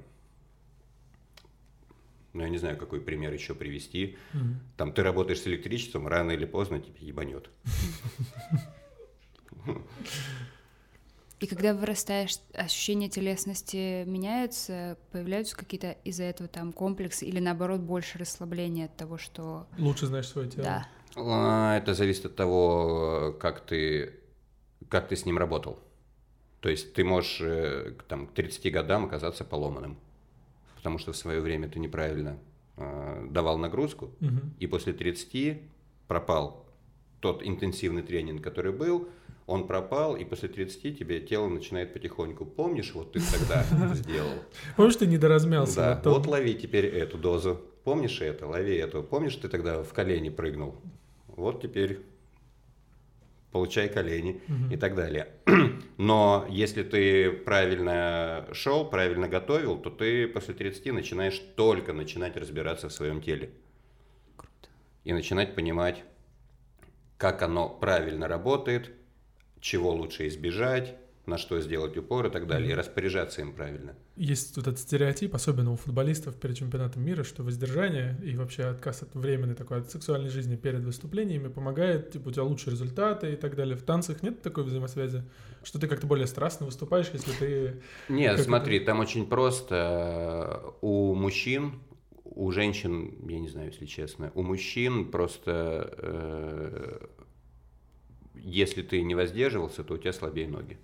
Ну, я не знаю, какой пример еще привести. Mm-hmm. Там ты работаешь с электричеством, рано или поздно тебе ебанет. И когда вырастаешь, ощущения телесности меняются, появляются какие-то из-за этого там комплексы или наоборот больше расслабления от того, что... Лучше знаешь свое тело. Да. Это зависит от того, как ты, как ты с ним работал. То есть ты можешь там, к тридцати годам оказаться поломанным, потому что в свое время ты неправильно э, давал нагрузку, угу. и после тридцати пропал тот интенсивный тренинг, который был, он пропал, и после тридцати тебе тело начинает потихоньку. Помнишь, вот ты тогда сделал? Помнишь, ты недоразмялся? Да, вот лови теперь эту дозу. Помнишь это? Лови эту. Помнишь, ты тогда в колени прыгнул? Вот теперь получай колени и так далее. Но если ты правильно шел, правильно готовил, то ты после тридцати начинаешь только начинать разбираться в своем теле. Круто. И начинать понимать, как оно правильно работает, чего лучше избежать, на что сделать упор и так далее, и распоряжаться им правильно. Есть вот этот стереотип, особенно у футболистов перед чемпионатом мира, что воздержание и вообще отказ от временной такой от сексуальной жизни перед выступлениями помогает, типа, у тебя лучшие результаты и так далее. В танцах нет такой взаимосвязи, что ты как-то более страстно выступаешь, если ты... Нет, смотри, это... там очень просто. У мужчин, у женщин, я не знаю, если честно, у мужчин просто... Э, если ты не воздерживался, то у тебя слабее ноги.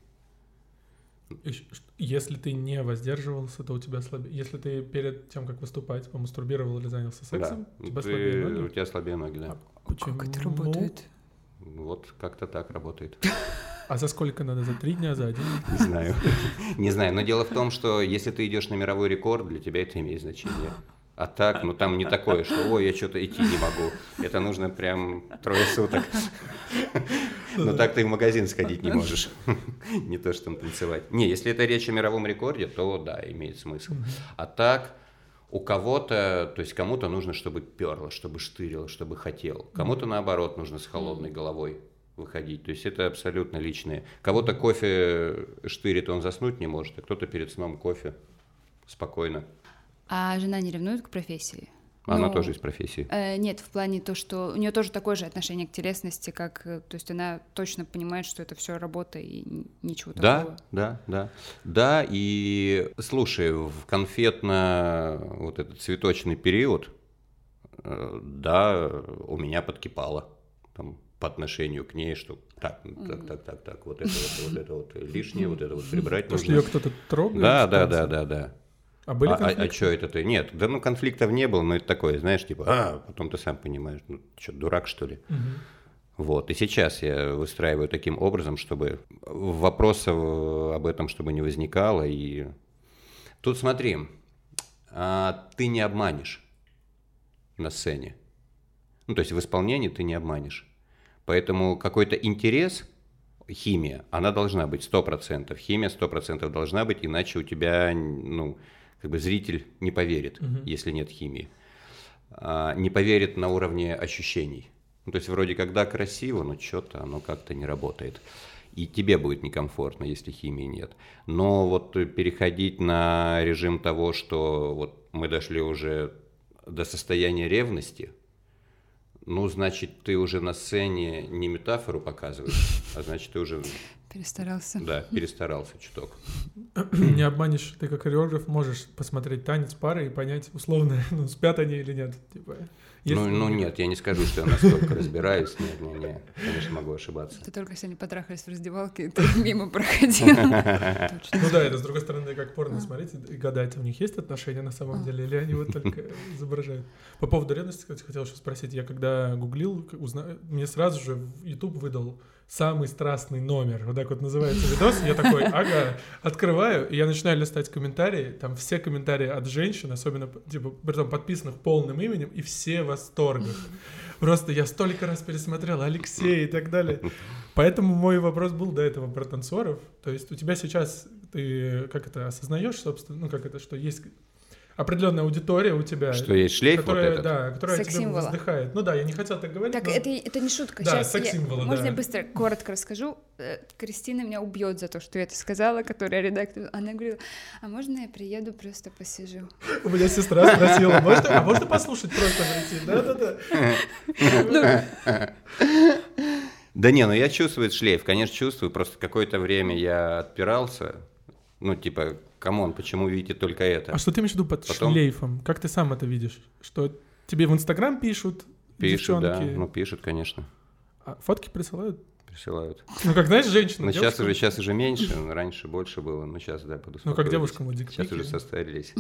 Если ты не воздерживался, то у тебя слабее. Если ты перед тем, как выступать, помастурбировал или занялся сексом, да. у тебя ты, слабее ноги? У тебя слабее ноги, да. А почему? Как это работает? Вот как-то так работает. А за сколько надо? За три дня, за один? Не знаю. Не знаю. Но дело в том, что если ты идешь на мировой рекорд, для тебя это имеет значение. А так, ну там не такое, что ой, я что-то идти не могу. Это нужно прям трое суток. Но так ты в магазин сходить не можешь. Не то, что там танцевать. Не, если это речь о мировом рекорде, то да, имеет смысл. А так, у кого-то, то есть кому-то нужно, чтобы перло, чтобы штырило, чтобы хотел. Кому-то наоборот нужно с холодной головой выходить. То есть это абсолютно личное. Кого-то кофе штырит, он заснуть не может, а кто-то перед сном кофе спокойно. А жена не ревнует к профессии? Она ну, тоже из профессии. Э, нет, в плане то, что у нее тоже такое же отношение к телесности, как, то есть она точно понимает, что это все работа и ничего такого. Да, да, да. Да, и слушай, в конфетно вот этот цветочный период, э, да, у меня подкипало там, по отношению к ней, что так, так, так, так, так, вот это вот, вот это вот лишнее, вот это вот прибрать нужно. Потому что ее кто-то трогает? Да, да, да, да, да. А были конфликты? А, а, а что это ты? Нет, да ну конфликтов не было, но это такое, знаешь, типа, а, потом ты сам понимаешь, ну что, дурак что ли? Угу. Вот, и сейчас я выстраиваю таким образом, чтобы вопросов об этом, чтобы не возникало, и тут смотри, а, ты не обманешь на сцене, ну то есть в исполнении ты не обманешь, поэтому какой-то интерес, химия, она должна быть сто процентов, химия сто процентов должна быть, иначе у тебя, ну, как бы зритель не поверит, uh-huh. если нет химии. А, не поверит на уровне ощущений. Ну, то есть вроде когда красиво, но что-то оно как-то не работает. И тебе будет некомфортно, если химии нет. Но вот переходить на режим того, что вот мы дошли уже до состояния ревности, ну, значит, ты уже на сцене не метафору показываешь, а значит, ты уже... Перестарался. Да, перестарался чуток. Не обманешь, ты как хореограф можешь посмотреть танец пары и понять условно, ну, спят они или нет. Типа, ну, ну нет, я не скажу, что я настолько разбираюсь. Нет, нет, нет, конечно, могу ошибаться. Ты только сегодня потрахались в раздевалке, ты мимо проходил. Ну да, это с другой стороны, как порно смотреть и гадать, у них есть отношения на самом деле, или они вот только изображают. По поводу ревности, кстати, хотел еще спросить. Я когда гуглил, мне сразу же YouTube выдал «Самый страстный номер». Вот так вот называется видос. Я такой, ага, открываю, и я начинаю листать комментарии. Там все комментарии от женщин, особенно, типа, притом подписанных полным именем, и все в восторгах. Просто я столько раз пересмотрел Алексей и так далее. Поэтому мой вопрос был до этого про танцоров. То есть у тебя сейчас, ты как это осознаешь, собственно, ну как это, что есть... определенная аудитория у тебя. Что есть шлейф которая, вот этот? Да, которая тебе воздыхает. Ну да, я не хотел так говорить. Так, но... это, это не шутка. Да, Сейчас секс-символы, я, можно да. я быстро, коротко расскажу? Кристина меня убьет за то, что я это сказала, которая редактор. Она говорила, а можно я приеду, просто посижу? У меня сестра спросила, можно, а можно послушать просто прийти? Да-да-да. Да не, ну я чувствую шлейф, конечно, чувствую. Просто какое-то время я отпирался. Ну, типа, камон, почему видите только это? А что ты имеешь в виду под Потом... шлейфом? Как ты сам это видишь? Что тебе в Инстаграм пишут Пишут, девчонки? да, ну пишут, конечно. А фотки присылают? Присылают. Ну, как, знаешь, женщина. Ну, сейчас уже, сейчас уже меньше, раньше больше было, но сейчас, да, буду Ну, как девушкам вот Сейчас дикпики. уже состарились.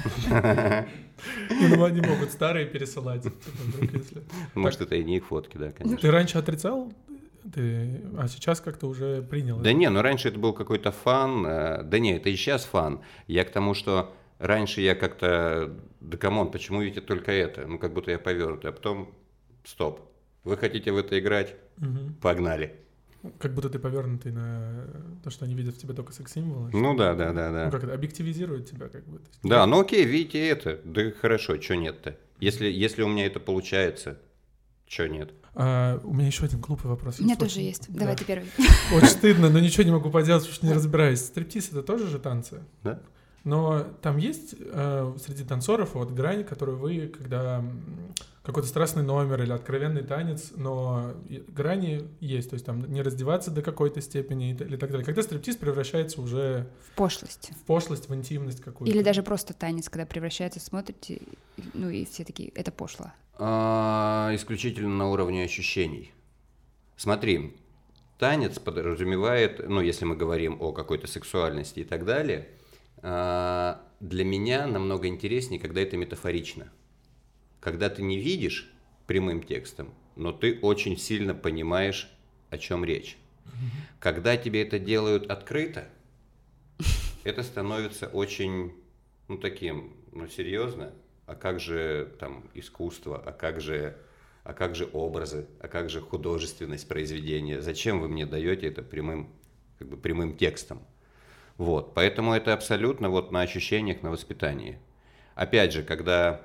Ну, они могут старые пересылать. типа, вдруг, если- Может, это и не их фотки, да, конечно. Ты раньше отрицал, ты... а сейчас как-то уже принял? Да это? не, ну раньше это был какой-то фан. э, Да не, это и сейчас фан. Я к тому, что раньше я как-то, да камон, почему видите только это? Ну, как будто я повернутый, а потом, стоп. Вы хотите в это играть? Мгм. Погнали. Как будто ты повернутый на то, что они видят в тебе только секс-символы. Ну что- да, да, да, Ну, да. как это, объективизируют тебя как бы. То есть- Да, ну окей, видите это. Да хорошо, что нет-то? Если, если у меня это получается, что нет? А, у меня еще один глупый вопрос. У меня есть. тоже Очень- есть. да. Давай ты первый. Очень стыдно, но ничего не могу поделать, потому что не разбираюсь. Стриптиз — это тоже же танцы? Да? Но там есть э, среди танцоров вот грань, которую вы, когда м, какой-то страстный номер или откровенный танец, но и- грани есть, то есть там не раздеваться до какой-то степени и т- или так далее. Когда стриптиз превращается уже В пошлость. в пошлость, в интимность какую-то. Или даже просто танец, когда превращается, смотрите, и- ну и все такие, это пошло. А, исключительно на уровне ощущений. Смотри, танец подразумевает, ну, если мы говорим о какой-то сексуальности и так далее, а, для меня намного интереснее, когда это метафорично. Когда ты не видишь прямым текстом, но ты очень сильно понимаешь, о чем речь. Когда тебе это делают открыто, это становится очень, ну, таким, ну, серьезно. А как же там искусство, а как же, а как же образы, а как же художественность произведения? Зачем вы мне даете это прямым, как бы прямым текстом? Вот, поэтому это абсолютно вот на ощущениях, на воспитании. Опять же, когда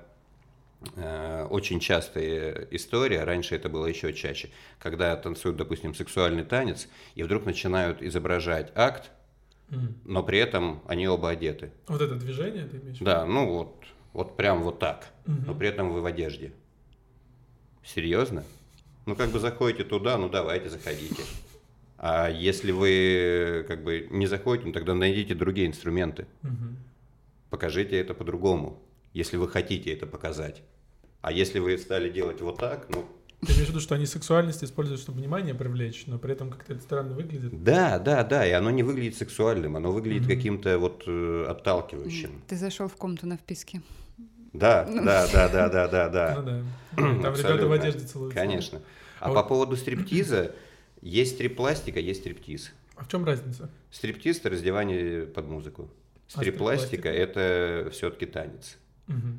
э, очень частая история, раньше это было еще чаще, когда танцуют, допустим, сексуальный танец, и вдруг начинают изображать акт, М. но при этом они оба одеты. Вот это движение ты имеешь в виду? Да, ну вот, вот прям вот так, Мгм. но при этом вы в одежде. Серьезно? Ну как бы заходите туда, ну давайте, заходите. А если вы как бы не заходите, ну тогда найдите другие инструменты. Мгм. Покажите это по-другому, если вы хотите это показать. А если вы стали делать вот так, ну Ты имеешь в виду, что они сексуальность используют, чтобы внимание привлечь, но при этом как-то это странно выглядит? да, да, да, и оно не выглядит сексуальным, оно выглядит Мгм. каким-то вот э, отталкивающим. Ты зашел в комнату на вписке. Да, да, да, да, да, да, да. Ну да. Там ребята в Абсолютно. одежде целуются. Конечно. А, А по вот- поводу стриптиза, есть стрип-пластика, есть стриптиз. А в чем разница? Стриптиз – это раздевание под музыку. Стрип-пластика – стрип-пластика? это все-таки танец. Мгм.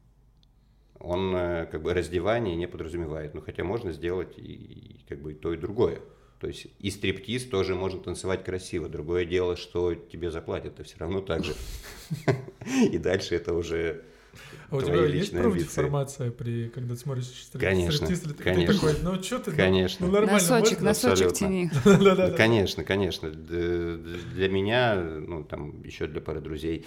Он э, как бы раздевание не подразумевает, но хотя можно сделать и, и как бы и то, и другое. То есть и стриптиз тоже можно танцевать красиво. Другое дело, что тебе заплатят, это все равно так же. И дальше это уже А у твои тебя есть личные профдеформация, при, когда ты смотришь стрип- Конечно, стриптиз? Или ты- конечно. Ты такой, ну что ты? ну- Конечно. Ну, нормально. Носочек, можно?» носочек Абсолютно. тяни. Да-да-да. Ну, конечно, конечно. Д- д- Для меня, ну, там, еще для пары друзей,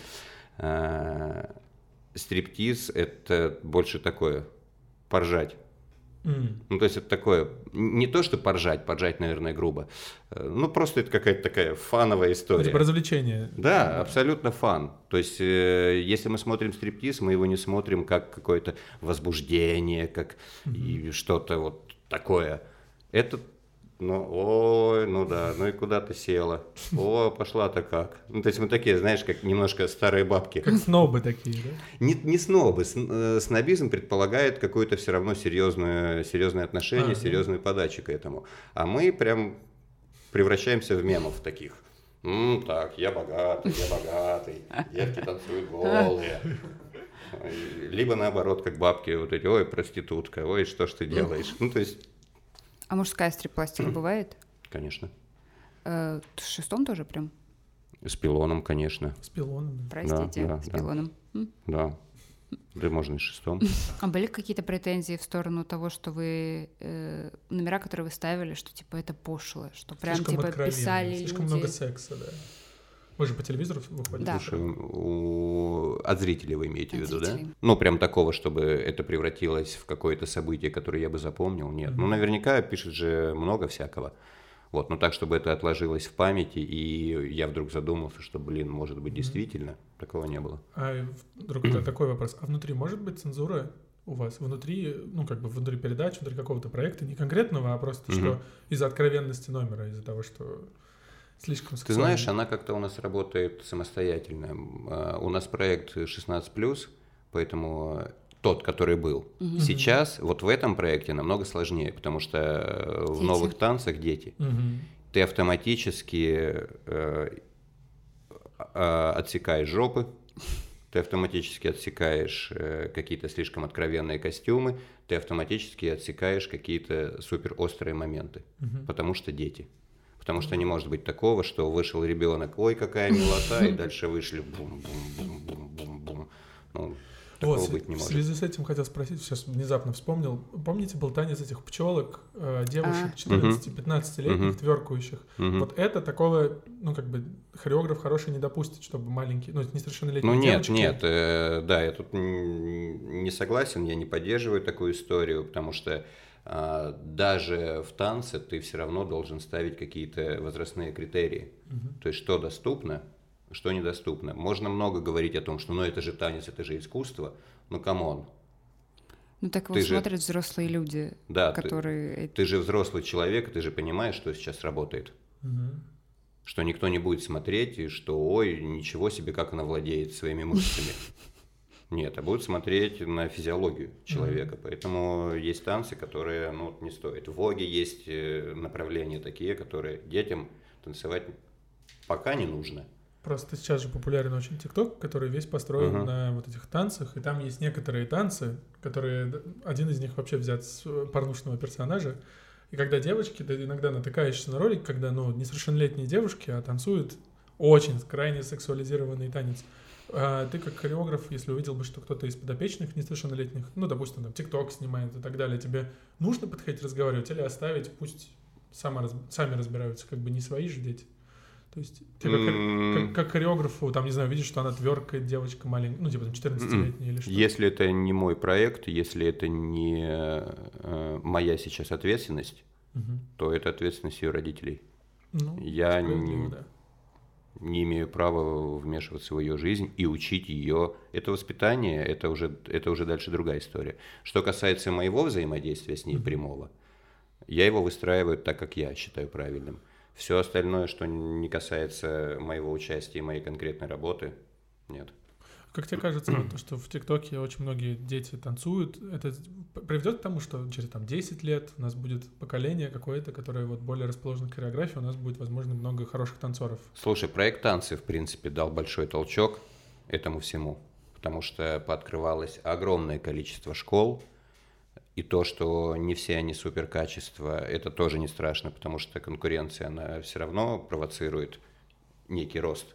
а, стриптиз – это больше такое, поржать. М. Ну, то есть это такое, не то, что поржать, поржать, наверное, грубо, э, ну, просто это какая-то такая фановая история. Типа развлечение. Да, абсолютно фан. То есть, э, если мы смотрим стриптиз, мы его не смотрим как какое-то возбуждение, как и что-то вот такое. Это, ну, ой, ну да, ну и куда ты села? О, пошла-то как. Ну, то есть мы такие, знаешь, как немножко старые бабки. Как снобы такие, да? Не, не снобы. С- э, Снобизм предполагает какое-то все равно серьезное, серьезное отношение, Ага. серьезную подачу к этому. А мы прям превращаемся в мемов таких. М, так, я богатый, я богатый, девки танцуют голые. Ой, либо наоборот, как бабки, вот эти, ой, проститутка, ой, что ж ты делаешь? Ну, то есть, А мужская стрип-пластика бывает? конечно, Э, В шестом тоже прям? с пилоном, конечно, С пилоном. да. Простите, да, с да. пилоном. М? да. Да можно и шестом. А были какие-то претензии в сторону того, что вы э, номера, которые вы ставили, что типа это пошло, что прям Слишком типа откровенно, писали слишком люди. много секса, да. Вы же по телевизору выходите? Да. Слушай, у Ну, от зрителей вы имеете От в виду, зрителей. да? Ну, прям такого, чтобы это превратилось в какое-то событие, которое я бы запомнил, нет. Mm-hmm. Ну, наверняка пишет же много всякого. Вот, но так, чтобы это отложилось в памяти, и я вдруг задумался, что, блин, может быть, действительно, mm-hmm. такого не было. А вдруг такой вопрос. А внутри может быть цензура у вас? Внутри, ну, как бы внутри передачи, внутри какого-то проекта, не конкретного, а просто mm-hmm. что из-за откровенности номера, из-за того, что слишком сексуально. Ты знаешь, она как-то у нас работает самостоятельно. У нас проект шестнадцать плюс, поэтому... тот, который был. Mm-hmm. Сейчас вот в этом проекте намного сложнее, потому что дети. В новых танцах дети. Mm-hmm. Ты автоматически э, э, отсекаешь жопы, ты автоматически отсекаешь э, какие-то слишком откровенные костюмы, ты автоматически отсекаешь какие-то супер острые моменты, mm-hmm. потому что дети. Потому что не может быть такого, что вышел ребенок, ой, какая милота, и дальше вышли бум-бум-бум-бум-бум-бум. Ну, такого вот, быть не может. В связи с этим хотел спросить, сейчас внезапно вспомнил. Помните, был танец этих пчелок, э, девушек четырнадцати-пятнадцатилетних, uh-huh. тверкающих? Uh-huh. Вот это такого, ну, как бы, хореограф хороший не допустит, чтобы маленькие, ну, несовершеннолетние ну, нет, девочки... Ну, нет, э, да, я тут не согласен, я не поддерживаю такую историю, потому что э, даже в танце ты все равно должен ставить какие-то возрастные критерии. Uh-huh. То есть, что доступно, что недоступно. Можно много говорить о том, что ну это же танец, это же искусство, но камон. Ну так его смотрят же... взрослые люди, да, которые... Ты, ты же взрослый человек, ты же понимаешь, что сейчас работает. Угу. Что никто не будет смотреть, и что ой, ничего себе, как она владеет своими мышцами. Нет, а будут смотреть на физиологию человека. Поэтому есть танцы, которые ну, не стоят. В воге есть направления такие, которые детям танцевать пока не нужно. Просто сейчас же популярен очень ТикТок, который весь построен uh-huh. на вот этих танцах, и там есть некоторые танцы, которые... Один из них вообще взят с порнушного персонажа, и когда девочки, ты иногда натыкаешься на ролик, когда, ну, несовершеннолетние девушки, а танцуют очень крайне сексуализированный танец. А ты как хореограф, если увидел бы, что кто-то из подопечных несовершеннолетних, ну, допустим, там, ТикТок снимает и так далее, тебе нужно подходить разговаривать или оставить, пусть сами, сами разбираются, как бы не свои же дети? То есть ты как, mm. как, как хореографу, там, не знаю, видишь, что она тверкает, девочка маленькая, ну, типа, там, четырнадцатилетняя mm. или что? Если это не мой проект, если это не э, моя сейчас ответственность, mm-hmm. то это ответственность ее родителей. Ну, я не, да. не имею права вмешиваться в ее жизнь и учить ее. Это воспитание, это уже, это уже дальше другая история. Что касается моего взаимодействия с ней mm-hmm. прямого, я его выстраиваю так, как я считаю правильным. Все остальное, что не касается моего участия и моей конкретной работы, нет. Как тебе кажется, вот то, что в ТикТоке очень многие дети танцуют, это приведет к тому, что через там, десять лет у нас будет поколение какое-то, которое вот более расположено к хореографии, у нас будет, возможно, много хороших танцоров? Слушай, проект «Танцы», в принципе, дал большой толчок этому всему, потому что пооткрывалось огромное количество школ, и то, что не все они суперкачества, это тоже не страшно, потому что конкуренция, она все равно провоцирует некий рост.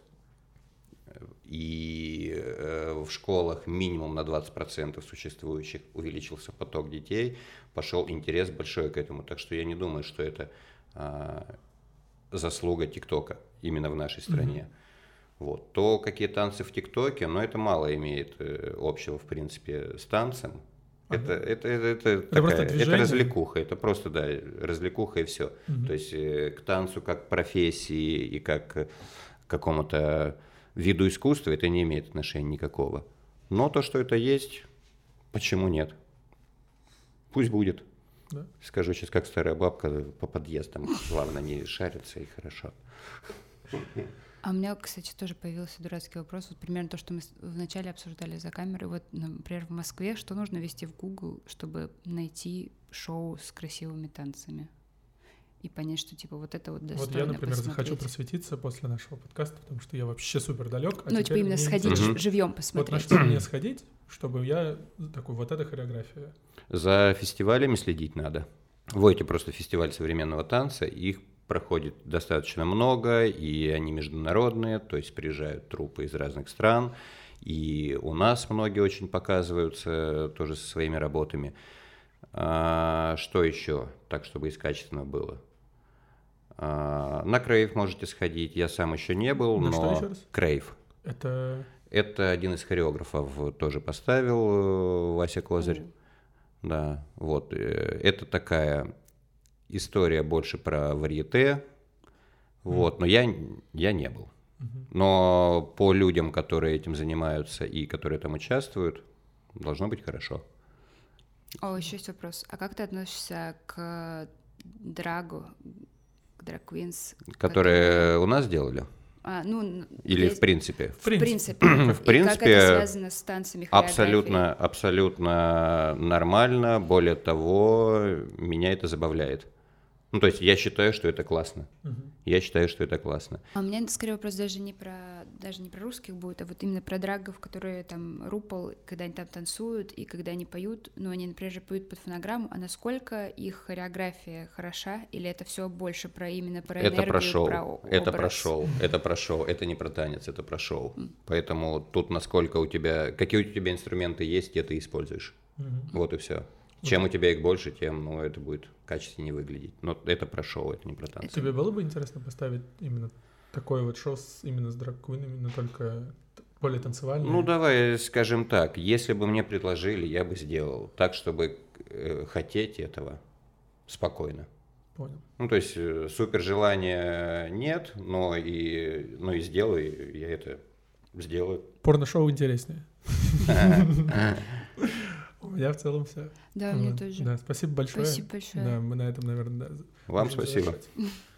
И э, в школах минимум на двадцать процентов существующих увеличился поток детей, пошел интерес большой к этому. Так что я не думаю, что это э, заслуга ТикТока именно в нашей стране. Mm-hmm. Вот. То, какие танцы в ТикТоке, но это мало имеет э, общего, в принципе, с танцем. Это, это, это, это, это, такая, это развлекуха, это просто, да, развлекуха и все. Угу. То есть э, к танцу как профессии и как к какому-то виду искусства это не имеет отношения никакого. Но то, что это есть, почему нет? Пусть будет. Да. Скажу сейчас, как старая бабка по подъездам, главное не шарится и хорошо. А у меня, кстати, тоже появился дурацкий вопрос. Вот примерно то, что мы вначале обсуждали за камерой. Вот, например, в Москве что нужно ввести в Google, чтобы найти шоу с красивыми танцами? И понять, что типа вот это вот достойно Вот я, например, посмотреть. захочу просветиться после нашего подкаста, потому что я вообще супер далек. А ну, типа именно сходить угу. живьем посмотреть. Вот на что мне сходить, чтобы я такой, вот эта хореография. За фестивалями следить надо. Войте просто фестиваль современного танца, их проходит достаточно много, и они международные, то есть приезжают труппы из разных стран, и у нас многие очень показываются тоже со своими работами. А, что еще, так, чтобы из качественного было? А, на Крейв можете сходить, я сам еще не был, на но... что еще раз? Крейв. Это... Это один из хореографов тоже поставил, Вася Козырь. Мгм. Да, вот. э, Это такая история больше про варьете, вот, но я, я не был. Мгм. Но по людям, которые этим занимаются и которые там участвуют, должно быть хорошо. О, еще есть вопрос. А как ты относишься к драгу, к драг-квинс? Которые у нас делали? А, ну, н- Или есть- в принципе? В принципе. принципе. В И как принципе, это связано с танцами, хореографией? Абсолютно, абсолютно нормально. Более того, меня это забавляет. Ну, то есть я считаю, что это классно. Мгм. Я считаю, что это классно. А у меня скорее вопрос даже не про даже не про русских будет, а вот именно про драгов, которые там рупол, когда они там танцуют и когда они поют, ну они, например, же поют под фонограмму, а насколько их хореография хороша, или это все больше про именно про Это энергию, про шоу. про о- Это образ? про шоу. Это про шоу. Это не про танец, это про шоу. Поэтому тут насколько у тебя, какие у тебя инструменты есть, те ты используешь. Мгм. Вот и все. Чем у тебя их больше, тем, ну, это будет качественнее выглядеть. Но это про шоу, это не про танцы. Тебе было бы интересно поставить именно такое вот шоу с, именно с драг-квинами, но только т- более танцевальное? Ну, давай скажем так, если бы мне предложили, я бы сделал так, чтобы э, хотеть этого спокойно. Понял. Ну, то есть э, супер желания нет, но и, но и сделаю, я это сделаю. Порно-шоу интереснее. У меня в целом все. Да, мне тоже. Да, спасибо большое. Спасибо большое. Да, мы на этом, наверное, да, Вам будем спасибо. завершать.